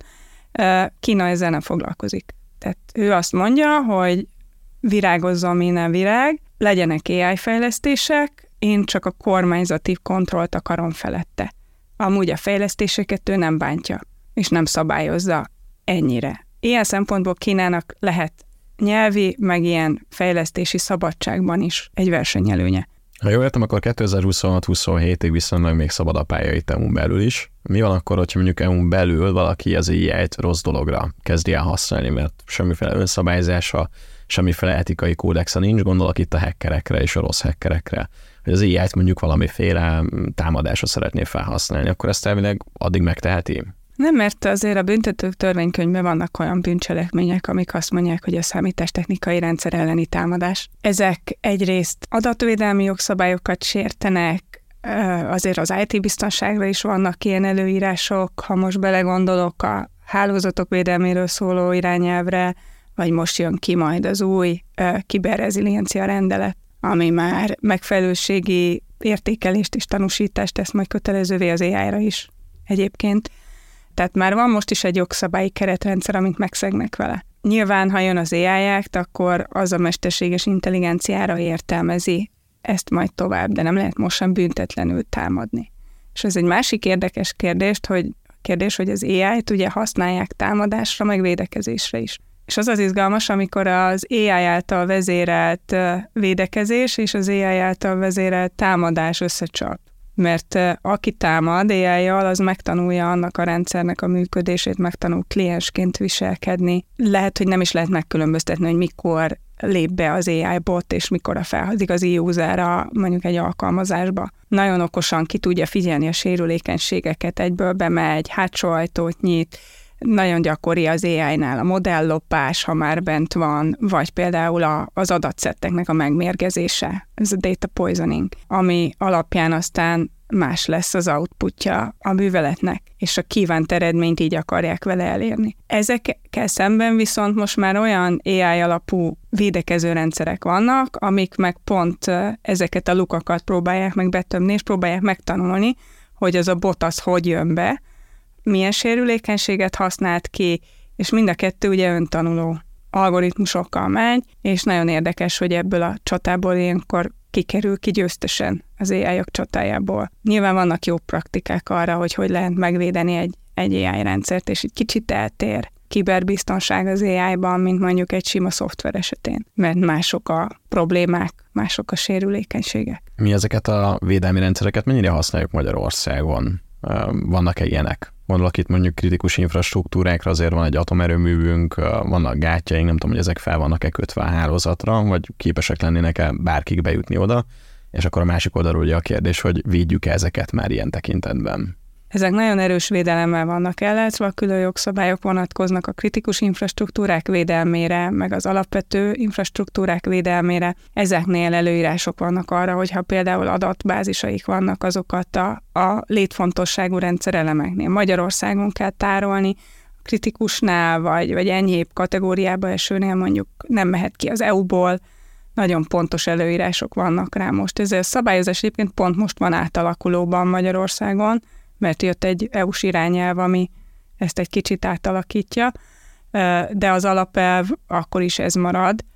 Kína ezzel nem foglalkozik. Tehát ő azt mondja, hogy virágozzon minden virág, legyenek á i fejlesztések, én csak a kormányzati kontrollt akarom felette. Amúgy a fejlesztéseket ő nem bántja, és nem szabályozza ennyire. Ilyen szempontból Kínának lehet nyelvi, meg ilyen fejlesztési szabadságban is egy versenyelőnye. Ha jól értem, akkor kétezer-huszonhat-huszonhétig viszonylag még szabad a pálya itt é u-n belül is. Mi van akkor, hogyha mondjuk é u-n belül valaki az á i á-t rossz dologra kezdi el használni, mert semmiféle önszabályzása, semmiféle etikai kódexa nincs, gondolok itt a hackerekre és a rossz hackerekre, hogy az á i á-t mondjuk valamiféle támadásra szeretné felhasználni, akkor ezt elvileg addig megteheti? Nem, mert azért a büntető törvénykönyvben vannak olyan bűncselekmények, amik azt mondják, hogy a számítástechnikai rendszer elleni támadás. Ezek egyrészt adatvédelmi jogszabályokat sértenek, azért az í té-biztonságra is vannak ilyen előírások, ha most belegondolok a hálózatok védelméről szóló irányelvre, vagy most jön ki majd az új kiberreziliencia rendelet, ami már megfelelőségi értékelést és tanúsítást tesz majd kötelezővé az á i-ra is egyébként. Tehát már van most is egy jogszabályi keretrendszer, amit megszegnek vele. Nyilván, ha jön az á i Act, akkor az a mesterséges intelligenciára értelmezi ezt majd tovább, de nem lehet most sem büntetlenül támadni. És ez egy másik érdekes kérdést, hogy, kérdés, hogy az á i-t ugye használják támadásra, meg védekezésre is. És az az izgalmas, amikor az á i által vezérelt védekezés és az á i által vezérelt támadás összecsap. Mert aki támad á i-jal, az megtanulja annak a rendszernek a működését, megtanul kliensként viselkedni. Lehet, hogy nem is lehet megkülönböztetni, hogy mikor lép be az á i bot, és mikor a fel, az igazi user mondjuk egy alkalmazásba. Nagyon okosan ki tudja figyelni a sérülékenységeket, egyből bemegy, hátsó ajtót nyit, nagyon gyakori az á i-nál a modelllopás, ha már bent van, vagy például a, az adatszetteknek a megmérgezése, ez a data poisoning, ami alapján aztán más lesz az outputja a műveletnek, és a kívánt eredményt így akarják vele elérni. Ezekkel szemben viszont most már olyan á i alapú védekező rendszerek vannak, amik meg pont ezeket a lukakat próbálják meg betömni, és próbálják megtanulni, hogy az a bot az hogy jön be, milyen sérülékenységet használt ki, és mind a kettő ugye öntanuló algoritmusokkal megy, és nagyon érdekes, hogy ebből a csatából ilyenkor kikerül ki győztesen az á i-ok csatájából. Nyilván vannak jó praktikák arra, hogy hogy lehet megvédeni egy, egy á i rendszert, és egy kicsit eltér kiberbiztonság az á i-ban, mint mondjuk egy sima szoftver esetén, mert mások a problémák, mások a sérülékenységek. Mi ezeket a védelmi rendszereket mennyire használjuk Magyarországon? Vannak-e ilyenek? Gondolok itt mondjuk kritikus infrastruktúrákra, azért van egy atomerőművünk, vannak gátjaink, nem tudom, hogy ezek fel vannak-e kötve a hálózatra, vagy képesek lennének-e bárkik bejutni oda, és akkor a másik oldalról ugye a kérdés, hogy védjük-e ezeket már ilyen tekintetben. Ezek nagyon erős védelemmel vannak ellátva, a külön jogszabályok vonatkoznak a kritikus infrastruktúrák védelmére, meg az alapvető infrastruktúrák védelmére. Ezeknél előírások vannak arra, hogyha például adatbázisaik vannak, azokat a, a létfontosságú rendszerelemeknél Magyarországon kell tárolni, kritikusnál vagy, vagy enyhébb kategóriába esőnél mondjuk nem mehet ki az é u-ból, nagyon pontos előírások vannak rá most. Ez a szabályozás egyébként pont most van átalakulóban Magyarországon, mert jött egy é u-s irányelv, ami ezt egy kicsit átalakítja, de az alapelv akkor is ez marad,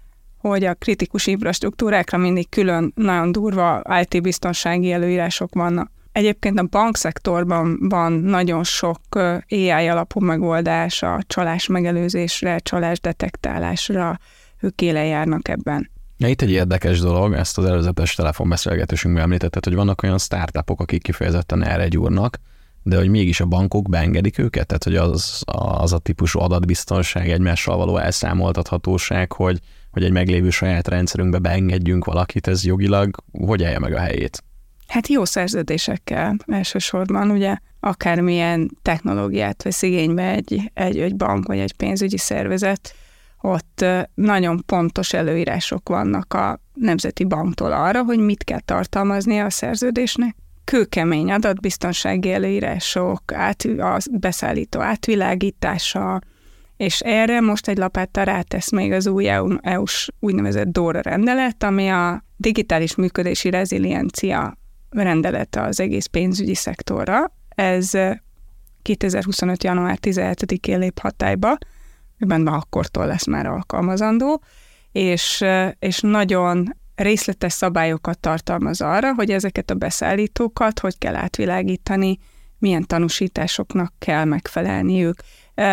hogy a kritikus infrastruktúrákra mindig külön nagyon durva í té-biztonsági előírások vannak. Egyébként a bankszektorban van nagyon sok á i alapú megoldás a csalás megelőzésre, csalás detektálásra, ők élen járnak ebben. Ja, itt egy érdekes dolog, ezt az előzetes telefonbeszélgetésünkben említetted, hogy vannak olyan startupok, akik kifejezetten erre gyúrnak, de hogy mégis a bankok beengedik őket? Tehát, hogy az, az a típusú adatbiztonság, egymással való elszámoltathatóság, hogy, hogy egy meglévő saját rendszerünkbe beengedjünk valakit, ez jogilag hogy állja meg a helyét? Hát jó szerződésekkel elsősorban, ugye akármilyen technológiát vesz igénybe egy, egy, egy bank vagy egy pénzügyi szervezet, ott nagyon pontos előírások vannak a Nemzeti Banktól arra, hogy mit kell tartalmaznia a szerződésnek. Kőkemény adatbiztonsági előírások, át, a beszállító átvilágítása, és erre most egy lapáttal rátesz még az új é u-s úgynevezett DORA rendelet, ami a digitális működési reziliencia rendelete az egész pénzügyi szektorra. Ez kétezer-huszonöt. január tizenhetedikén lép hatályba, benne akkortól lesz már alkalmazandó, és, és nagyon részletes szabályokat tartalmaz arra, hogy ezeket a beszállítókat hogy kell átvilágítani, milyen tanúsításoknak kell megfelelniük,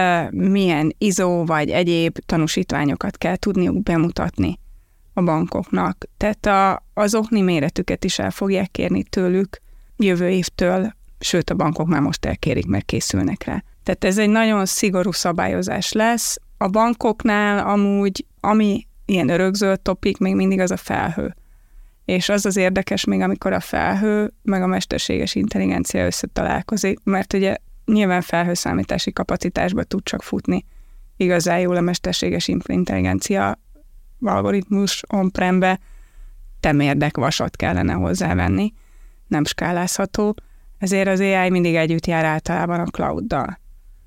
milyen i es o vagy egyéb tanúsítványokat kell tudniuk bemutatni a bankoknak. Tehát a, az okni méretüket is el fogják kérni tőlük jövő évtől, sőt a bankok már most elkérik, mert készülnek rá. Tehát ez egy nagyon szigorú szabályozás lesz. A bankoknál amúgy, ami ilyen örökzöld topik, még mindig az a felhő. És az az érdekes még, amikor a felhő meg a mesterséges intelligencia összetalálkozik, mert ugye nyilván felhőszámítási kapacitásba tud csak futni igazán jól a mesterséges intelligencia algoritmus on-prembe, temérdek vasat kellene hozzávenni, nem skálázható, ezért az á i mindig együtt jár általában a clouddal.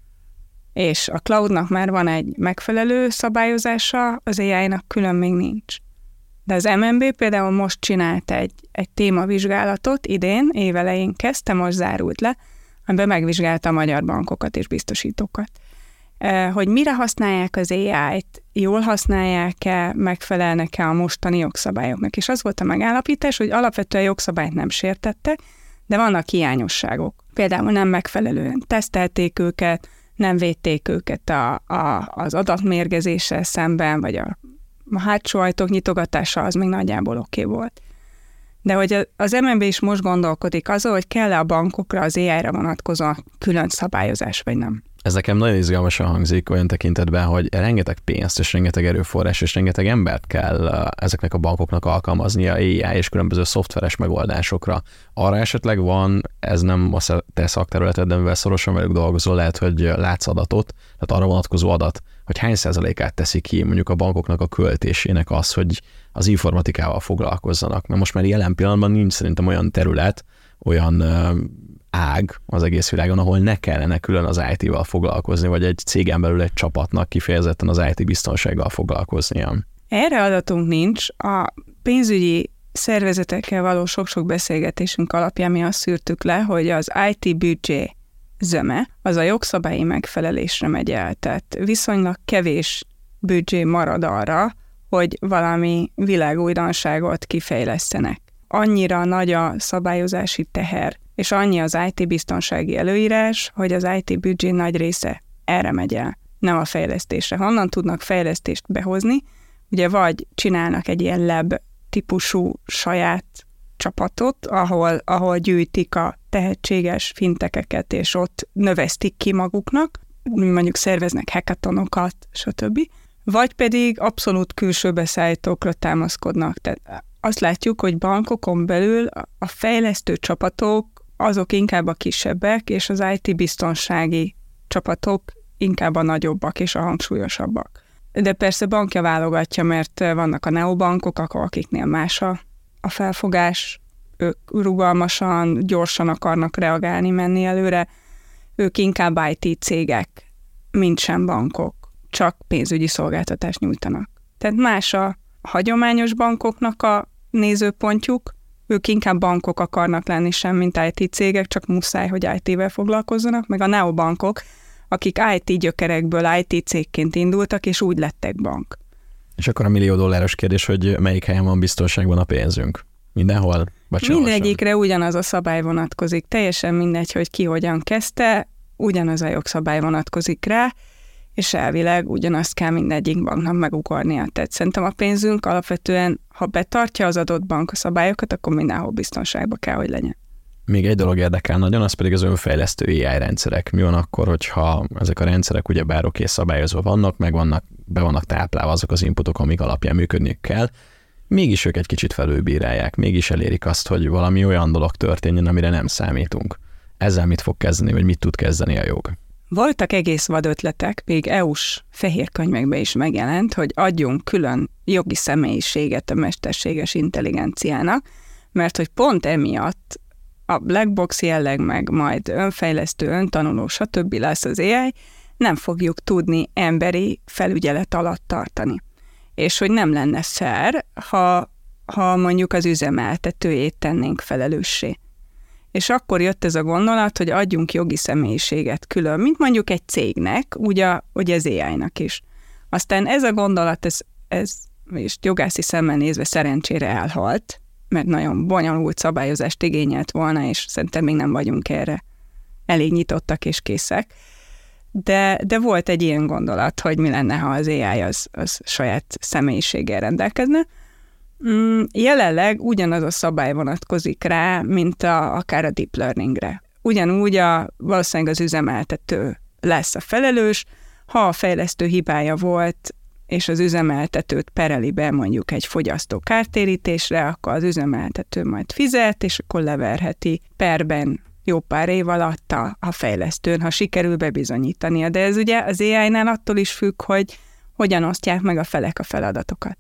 És a cloudnak már van egy megfelelő szabályozása, az á i-nak külön még nincs. De az em en bé például most csinált egy, egy témavizsgálatot, idén, évelején kezdte, most zárult le, amiben megvizsgálta a magyar bankokat és biztosítókat. Hogy mire használják az á i-t, jól használják-e, megfelelnek-e a mostani jogszabályoknak. És az volt a megállapítás, hogy alapvetően jogszabályt nem sértettek, de vannak hiányosságok. Például nem megfelelően tesztelték őket, nem védték őket a, a, az adatmérgezéssel szemben, vagy a, a hátsó ajtók nyitogatása az még nagyjából oké okay volt. De hogy az em en bé is most gondolkodik azon, hogy kell-e a bankokra, az á i-ra vonatkozóan külön szabályozás, vagy nem. Ez nekem nagyon izgalmasan hangzik olyan tekintetben, hogy rengeteg pénzt és rengeteg erőforrás és rengeteg embert kell ezeknek a bankoknak alkalmaznia á i és különböző szoftveres megoldásokra. Arra esetleg van, ez nem a te szakterületed, de mivel szorosan velük dolgozol, lehet, hogy látsz adatot, tehát arra vonatkozó adat, hogy hány százalékát teszi ki mondjuk a bankoknak a költésének az, hogy az informatikával foglalkozzanak. Mert most már jelen pillanatban nincs szerintem olyan terület, olyan ág az egész világon, ahol ne kellene külön az í té-val foglalkozni, vagy egy cégen belül egy csapatnak kifejezetten az í té biztonsággal foglalkoznia. Erre adatunk nincs. A pénzügyi szervezetekkel való sok-sok beszélgetésünk alapján mi azt szűrtük le, hogy az í té büdzsé zöme, az a jogszabályi megfelelésre megy el. Tehát viszonylag kevés büdzsé marad arra, hogy valami világújdonságot kifejlesztenek. Annyira nagy a szabályozási teher, és annyi az í té biztonsági előírás, hogy az í té büdzsé nagy része erre megy el, nem a fejlesztésre. Honnan tudnak fejlesztést behozni? Ugye vagy csinálnak egy ilyen lab típusú saját csapatot, ahol, ahol gyűjtik a tehetséges fintekeket, és ott növesztik ki maguknak, mondjuk szerveznek hackathonokat, stb. Vagy pedig abszolút külső beszállítókra támaszkodnak. Tehát azt látjuk, hogy bankokon belül a fejlesztő csapatok azok inkább a kisebbek, és az í té biztonsági csapatok inkább a nagyobbak és a hangsúlyosabbak. De persze bankja válogatja, mert vannak a neobankok, akiknél más a, a felfogás, ők rugalmasan, gyorsan akarnak reagálni, menni előre, ők inkább í té cégek, mint sem bankok, csak pénzügyi szolgáltatást nyújtanak. Tehát más a hagyományos bankoknak a nézőpontjuk, ők inkább bankok akarnak lenni sem, mint í té cégek, csak muszáj, hogy í té-vel foglalkozzanak, meg a neobankok, akik í té gyökerekből í té cégként indultak, és úgy lettek bank. És akkor a millió dolláros kérdés, hogy melyik helyen van biztonságban a pénzünk? Mindenhol? Vagy mindegyikre ugyanaz a szabály vonatkozik. Teljesen mindegy, hogy ki hogyan kezdte, ugyanaz a jogszabály vonatkozik rá, és elvileg ugyanazt kell mindegyik banknak megugornia. Tehát szerintem a pénzünk alapvetően, ha betartja az adott bank a szabályokat, akkor mindenhol biztonságban kell, hogy legyen. Még egy dolog érdekel nagyon, az pedig az önfejlesztő á i rendszerek. Mi van akkor, hogyha ezek a rendszerek ugye bár oké szabályozva vannak, meg vannak, be vannak táplálva azok az inputok, amik alapján működniük kell, mégis ők egy kicsit felülbírálják, mégis elérik azt, hogy valami olyan dolog történjen, amire nem számítunk. Ezzel mit fog kezdeni, vagy mit tud kezdeni a jog? Voltak egész vad ötletek, még é u-s fehér könyvekben is megjelent, hogy adjunk külön jogi személyiséget a mesterséges intelligenciának, mert hogy pont emiatt a black box jelleg, meg majd önfejlesztő, öntanuló, stb. Lesz az á i, nem fogjuk tudni emberi felügyelet alatt tartani. És hogy nem lenne fair, ha, ha mondjuk az üzemeltetőjét tennénk felelőssé. És akkor jött ez a gondolat, hogy adjunk jogi személyiséget külön, mint mondjuk egy cégnek, ugye, ugye az á i-nak is. Aztán ez a gondolat, ez, ez és jogászi szemmel nézve szerencsére elhalt, mert nagyon bonyolult szabályozást igényelt volna, és szerintem még nem vagyunk erre elég nyitottak és készek. De, de volt egy ilyen gondolat, hogy mi lenne, ha az á i az, az saját személyiséggel rendelkezne. Jelenleg ugyanaz a szabály vonatkozik rá, mint a, akár a deep learningre. Ugyanúgy a, valószínűleg az üzemeltető lesz a felelős, ha a fejlesztő hibája volt, és az üzemeltetőt pereli be mondjuk egy fogyasztó kártérítésre, akkor az üzemeltető majd fizet, és akkor leverheti perben jó pár év alatt a, a fejlesztőn, ha sikerül bebizonyítania. De ez ugye az á i-nál attól is függ, hogy hogyan osztják meg a felek a feladatokat.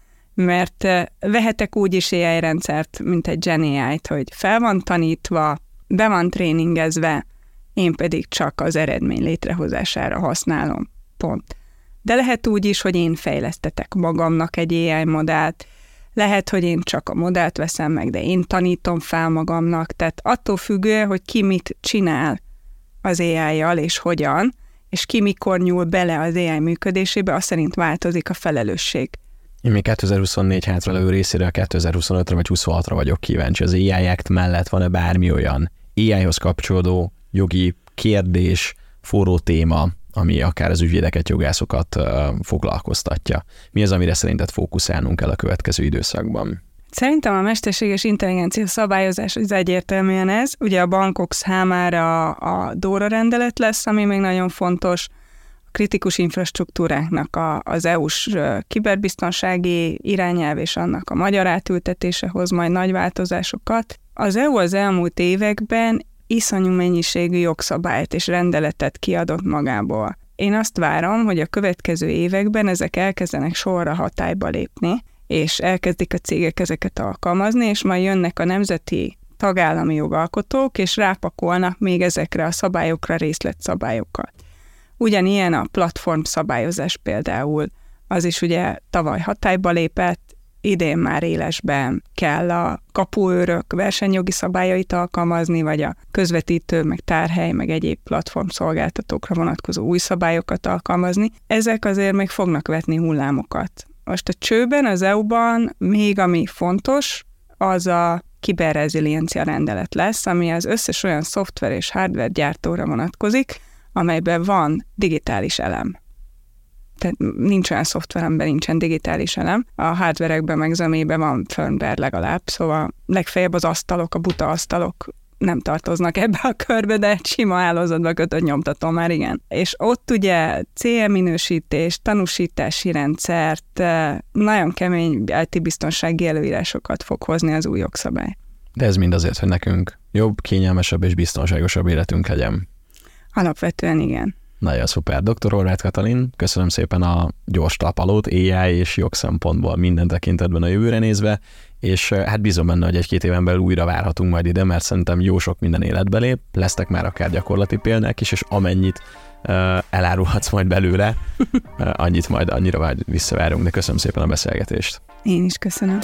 Mert vehetek úgy is á i rendszert, mint egy Gen á i-t, hogy fel van tanítva, be van tréningezve, én pedig csak az eredmény létrehozására használom. Pont. De lehet úgy is, hogy én fejlesztetek magamnak egy á i modellt, lehet, hogy én csak a modellt veszem meg, de én tanítom fel magamnak, tehát attól függően, hogy ki mit csinál az á i-jal és hogyan, és ki mikor nyúl bele az á i működésébe, az szerint változik a felelősség. Én még kétezer-huszonnégy hátralevő részére a kétezer-huszonötre vagy huszonhatra vagyok kíváncsi. Az á i Act mellett van-e bármi olyan á i-hoz kapcsolódó jogi kérdés, forró téma, ami akár az ügyvédeket, jogászokat uh, foglalkoztatja? Mi az, amire szerinted fókuszálnunk kell a következő időszakban? Szerintem a mesterséges intelligencia szabályozás az egyértelműen ez. Ugye a bankok számára a DORA rendelet lesz, ami még nagyon fontos. A kritikus infrastruktúráknak a, az é u-s kiberbiztonsági irányelv és annak a magyar átültetése hoz majd nagy változásokat. Az é u az elmúlt években iszonyú mennyiségű jogszabályt és rendeletet kiadott magából. Én azt várom, hogy a következő években ezek elkezdenek sorra hatályba lépni, és elkezdik a cégek ezeket alkalmazni, és majd jönnek a nemzeti tagállami jogalkotók, és rápakolnak még ezekre a szabályokra részletszabályokat. Ugyanilyen a platform szabályozás például, az is ugye tavaly hatályba lépett, idén már élesben kell a kapuőrök versenyjogi szabályait alkalmazni, vagy a közvetítő, meg tárhely, meg egyéb platformszolgáltatókra vonatkozó új szabályokat alkalmazni. Ezek azért még fognak vetni hullámokat. Most a csőben, az é u-ban még ami fontos, az a kiberreziliencia rendelet lesz, ami az összes olyan szoftver és hardware gyártóra vonatkozik, amelyben van digitális elem. Tehát nincs olyan szoftver, amiben nincsen digitális elem. A hardverekben meg zömében van firmware legalább, szóval legfeljebb az asztalok, a buta asztalok nem tartoznak ebbe a körbe, de sima hálózatba kötött nyomtató már igen. És ott ugye cé e minősítés, tanúsítási rendszert, nagyon kemény i té-biztonsági előírásokat fog hozni az új jogszabály. De ez mind azért, hogy nekünk jobb, kényelmesebb és biztonságosabb életünk legyen. Alapvetően igen. Nagyon szuper. doktor Horváth Katalin, köszönöm szépen a gyors talpalót, á i és jogszempontból minden tekintetben a jövőre nézve, és hát bízom benne, hogy egy-két éven belül újra várhatunk majd ide, mert szerintem jó sok minden életbe lép, lesznek már akár gyakorlati példák is, és amennyit uh, elárulhatsz majd belőle, uh, annyit majd annyira majd visszavárunk, de köszönöm szépen a beszélgetést. Én is köszönöm.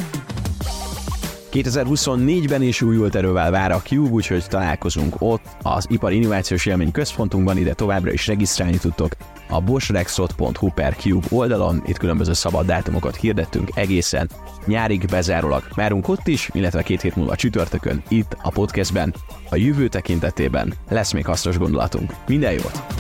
kétezer-huszonnégyben is újult erővel vár a Cube, úgyhogy találkozunk ott az Ipari Innovációs Élmény Központunkban, ide továbbra is regisztrálni tudtok. a boschrexroth pont hu per Cube oldalon. Itt különböző szabad dátumokat hirdettünk egészen nyárig bezárólag. Várunk ott is, illetve két hét múlva csütörtökön itt a podcastben. A jövő tekintetében lesz még hasznos gondolatunk. Minden jót!